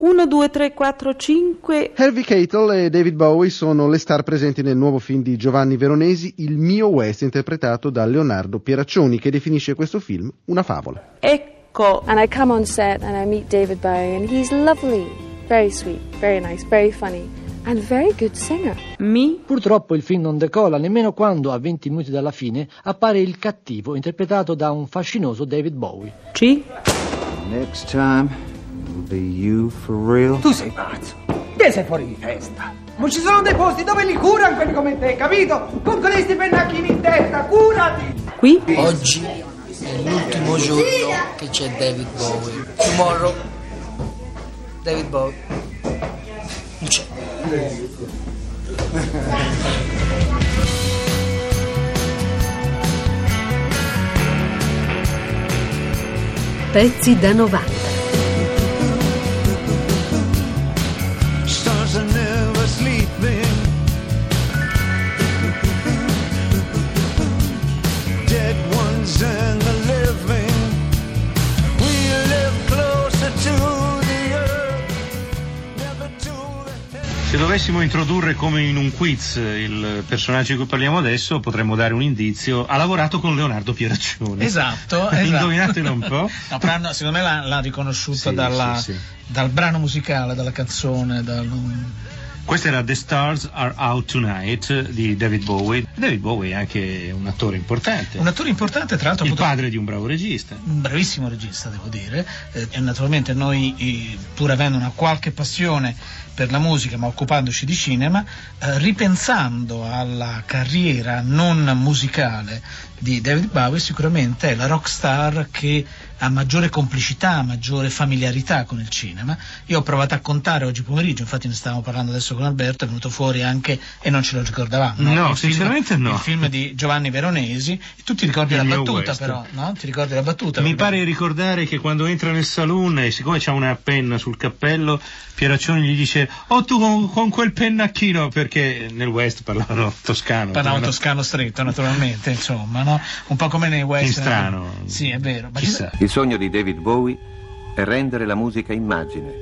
1, 2, 3, 4, 5. Harvey Keitel e David Bowie sono le star presenti nel nuovo film di Giovanni Veronesi, Il mio West, interpretato da Leonardo Pieraccioni, che definisce questo film una favola. Ecco. And I come on set and I meet David Bowie and he's lovely, very sweet, very nice, very funny and very good singer. Purtroppo il film non decolla nemmeno quando a 20 minuti dalla fine appare il cattivo interpretato da un fascinoso David Bowie. Next time will be you for real. Tu sei pazzo. Te sei fuori di testa. Non ci sono dei posti dove li curano quelli come te, capito? Con questi pennacchini in testa, curati! Qui? Oggi è l'ultimo giorno che c'è David Bowie. Tomorrow David Bowie non c'è. Pezzi da 90. Se dovessimo introdurre come in un quiz il personaggio di cui parliamo adesso, potremmo dare un indizio. Ha lavorato con Leonardo Pieraccioni. Esatto. Indovinatelo un po'. No, però secondo me l'ha riconosciuta dal brano musicale, dalla canzone. Questo era The Stars Are Out Tonight di David Bowie. David Bowie è anche un attore importante. Un attore importante, tra l'altro. Il padre di un bravo regista. Un bravissimo regista, devo dire. E naturalmente noi, pur avendo una qualche passione per la musica, ma occupandoci di cinema, ripensando alla carriera non musicale di David Bowie, sicuramente è la rock star che ha maggiore complicità, maggiore familiarità con il cinema. Io ho provato a contare oggi pomeriggio, infatti ne stavamo parlando adesso con Alberto, è venuto fuori anche, e non ce lo ricordavamo, no, sinceramente no, il film di Giovanni Veronesi. Tu ti ricordi la battuta, però, no? Ti ricordi la battuta? Mi pare ricordare che quando entra nel saloon, e siccome c'ha una penna sul cappello, Pieraccioni gli dice: oh, tu con quel pennacchino, perché nel West parlavano toscano. Parlavano toscano stretto, naturalmente, insomma, no? Un po' come nei West. In strano. Sì, è vero. Chissà. Il sogno di David Bowie è rendere la musica immagine,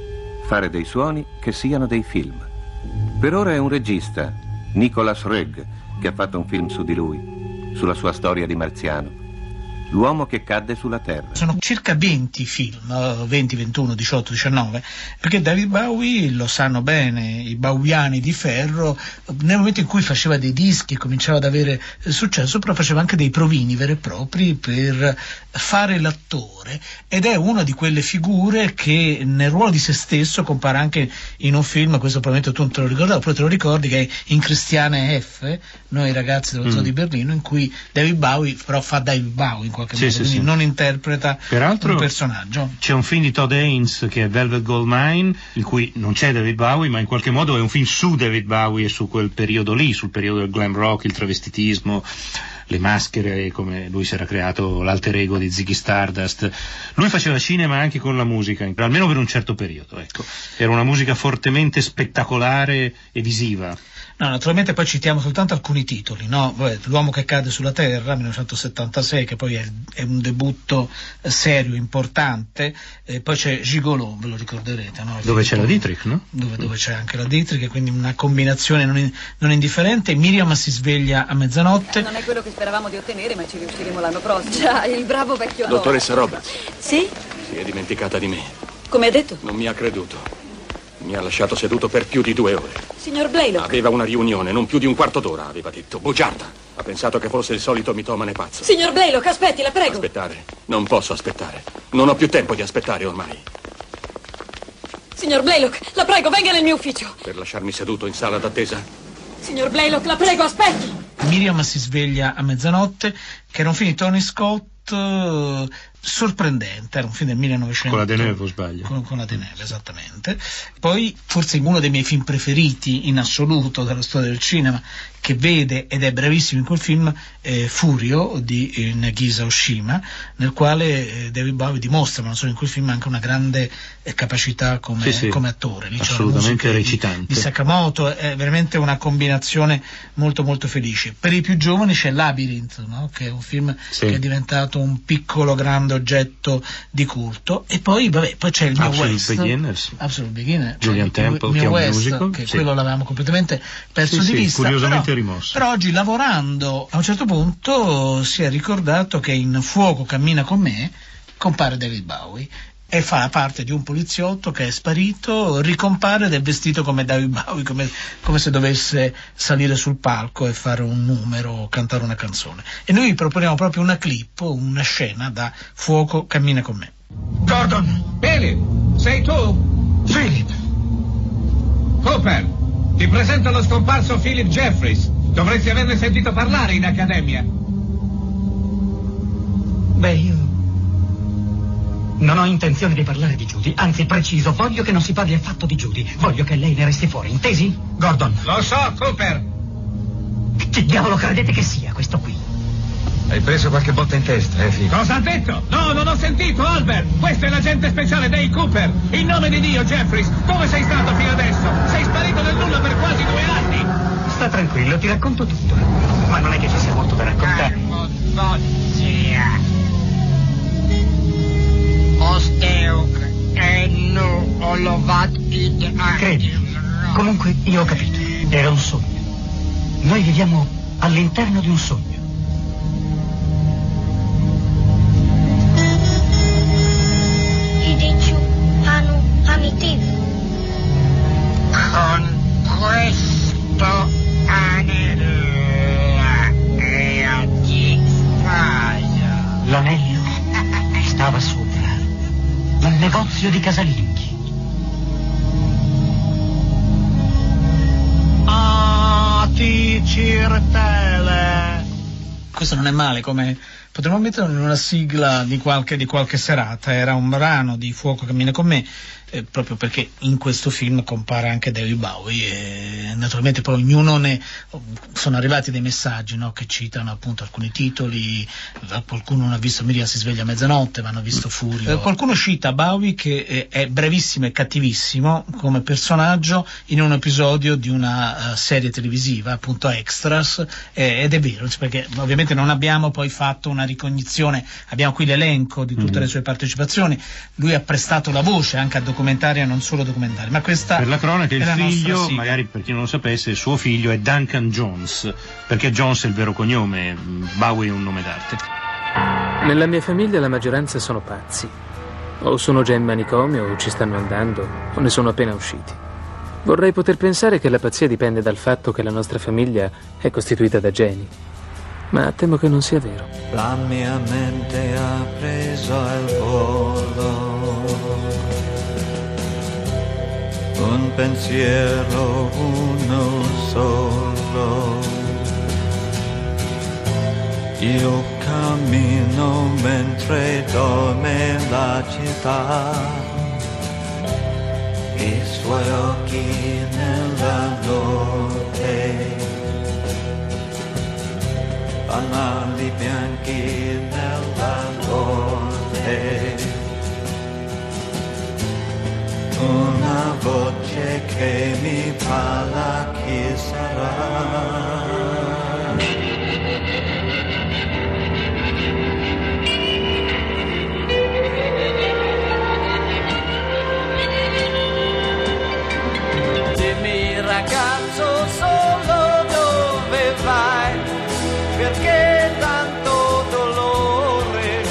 fare dei suoni che siano dei film. Per ora è un regista, Nicholas Roeg, che ha fatto un film su di lui, sulla sua storia di marziano. L'uomo che cadde sulla terra. Sono circa 20 film, 20, 21, 18, 19, perché David Bowie, lo sanno bene i bowiani di ferro, nel momento in cui faceva dei dischi e cominciava ad avere successo, però faceva anche dei provini veri e propri per fare l'attore, ed è una di quelle figure che nel ruolo di se stesso compare anche in un film, questo probabilmente tu non te lo ricordavi, oppure te lo ricordi, che è In Christiane F., Noi ragazzi dello zoo di Berlino, in cui David Bowie però fa David Bowie in qualche modo, quindi non interpreta peraltro, un personaggio. C'è un film di Todd Haynes che è Velvet Goldmine, in cui non c'è David Bowie, ma in qualche modo è un film su David Bowie e su quel periodo lì, sul periodo del glam rock, il travestitismo, le maschere, come lui si era creato l'alter ego di Ziggy Stardust. Lui faceva cinema anche con la musica, almeno per un certo periodo, ecco. Era una musica fortemente spettacolare e visiva. No, naturalmente poi citiamo soltanto alcuni titoli, no? L'uomo che cade sulla terra, 1976, che poi è un debutto serio, importante, e poi c'è Gigolo, ve lo ricorderete, no? Dove c'è la Dietrich, no? Dove c'è anche la Dietrich, e quindi una combinazione non indifferente. Miriam si sveglia a mezzanotte. Non è quello che speravamo di ottenere, ma ci riusciremo l'anno prossimo. Già, il bravo vecchio Dottoressa Roberts. Sì? Si è dimenticata di me. Come ha detto? Non mi ha creduto. Mi ha lasciato seduto per più di 2 ore. Signor Blaylock. Aveva una riunione, non più di un quarto d'ora, aveva detto. Bugiarda. Ha pensato che fosse il solito mitomane pazzo. Signor Blaylock, aspetti, la prego. Aspettare? Non posso aspettare. Non ho più tempo di aspettare ormai. Signor Blaylock, la prego, venga nel mio ufficio. Per lasciarmi seduto in sala d'attesa? Signor Blaylock, la prego, aspetti. Miriam si sveglia a mezzanotte, che era un film di Tony Scott sorprendente, era un film del 1900 con la Deneuve, o sbaglio? Con la Deneuve, esattamente. Poi forse uno dei miei film preferiti in assoluto della storia del cinema, che vede ed è bravissimo in quel film, Furio di Nagisa Oshima, nel quale David Bowie dimostra, ma non solo in quel film, anche una grande capacità come attore. Lì assolutamente recitante. Di Sakamoto, è veramente una combinazione molto molto felice. Per i più giovani c'è Labyrinth, no? Che è un film che è diventato un piccolo grande grande oggetto di culto. E poi c'è il mio West, Absolute Beginner, Julian Temple, che è un West, musical, che quello l'avevamo completamente perso di vista, curiosamente rimosso. Però oggi, lavorando, a un certo punto si è ricordato che in Fuoco cammina con me compare David Bowie e fa parte di un poliziotto che è sparito, ricompare ed è vestito come David Bowie, come se dovesse salire sul palco e fare un numero, cantare una canzone. E noi proponiamo proprio una clip, una scena da Fuoco cammina con me. Gordon! Philip! Sei tu? Philip! Cooper! Ti presento lo scomparso Philip Jeffries. Dovresti averne sentito parlare in accademia. Beh, io non ho intenzione di parlare di Judy, anzi preciso, voglio che non si parli affatto di Judy, voglio che lei ne resti fuori, intesi? Gordon. Lo so, Cooper. Che diavolo credete che sia questo qui? Hai preso qualche botta in testa, Phil? Cosa ha detto? No, non ho sentito, Albert. Questo è l'agente speciale Dale Cooper. In nome di Dio, Jeffries, dove sei stato fino adesso? Sei sparito nel nulla per quasi 2 anni. Sta tranquillo, ti racconto tutto. Ma non è che ci sia molto da raccontare. Credi. Comunque io ho capito. Era un sogno. Noi viviamo all'interno di un sogno. Con questo anello di casa. L'anello stava sopra un negozio di casalinghi. Ti cirtele. Questo non è male, come potremmo metterlo in una sigla di qualche serata. Era un brano di Fuoco cammina con me, proprio perché in questo film compare anche David Bowie e naturalmente poi ognuno sono arrivati dei messaggi, no, che citano appunto alcuni titoli. Qualcuno non ha visto Miriam si sveglia a mezzanotte, ma hanno visto Furio. Qualcuno cita Bowie che è brevissimo e cattivissimo come personaggio in un episodio di una serie televisiva, appunto Extras, ed è vero, perché ovviamente non abbiamo poi fatto una ricognizione, abbiamo qui l'elenco di tutte le sue partecipazioni. Lui ha prestato la voce anche a documentari e non solo documentari, ma questa per la cronaca il figlio, magari per chi non lo sapesse, il suo figlio è Duncan Jones, perché Jones è il vero cognome, Bowie è un nome d'arte. Nella mia famiglia la maggioranza sono pazzi, o sono già in manicomio o ci stanno andando o ne sono appena usciti. Vorrei poter pensare che la pazzia dipende dal fatto che la nostra famiglia è costituita da geni, ma temo che non sia vero. La mia mente ha preso il volo, un pensiero uno solo. Io cammino mentre dorme la città, i suoi occhi nella notte, fanali bianchi nella notte. Una voce che mi parla, chi sarà? Dimmi ragazzo solo dove vai, perché tanto dolore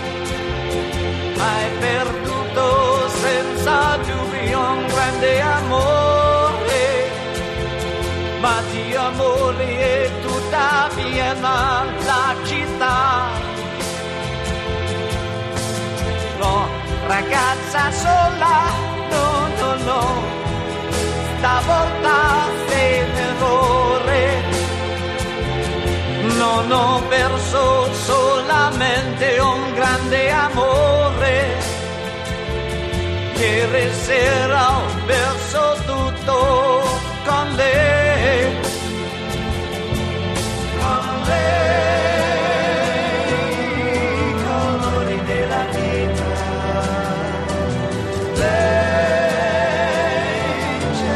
hai perduto senza dubbio un grande amore, ma di amore è tutta piena la città. No, ragazza sola, no, no, no, stavolta sei un errore. Non ho perso solamente un grande amore, ieri sera ho perso tutto con lei, con lei, colori della vita, lei c'è,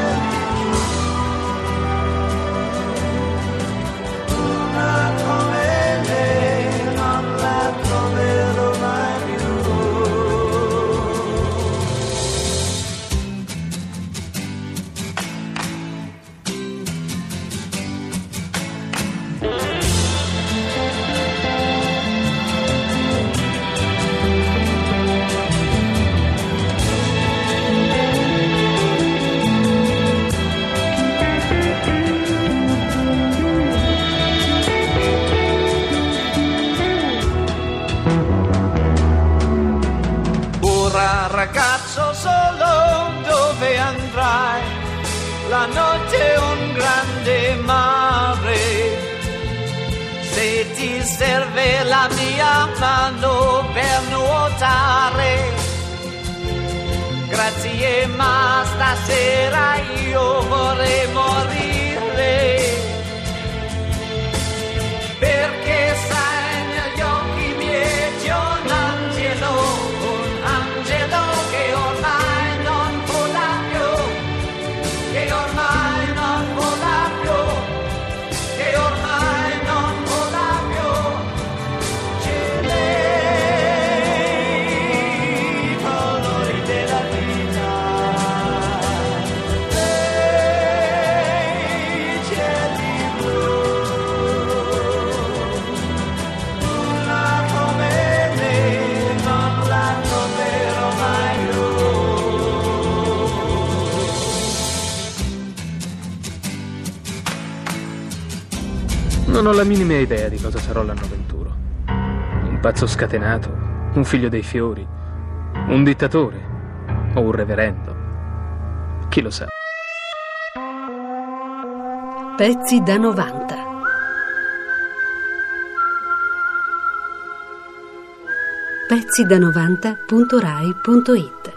una come lei non la troverò mai più. la notte è un grande mare. Se ti serve la mia mano per nuotare, grazie, ma stasera io vorrei morire, perché sai negli occhi miei c'è un angelo che ormai non vola più, che ormai non vola più, che ormai non vola più. C'è lei, colori della vita, lei cieli blu, una come me non la troverò mai più. Non ho la minima idea di cosa sarò l'anno venturo. Un pazzo scatenato, un figlio dei fiori, un dittatore o un reverendo. Chi lo sa? Pezzi da 90. pezzida90.rai.it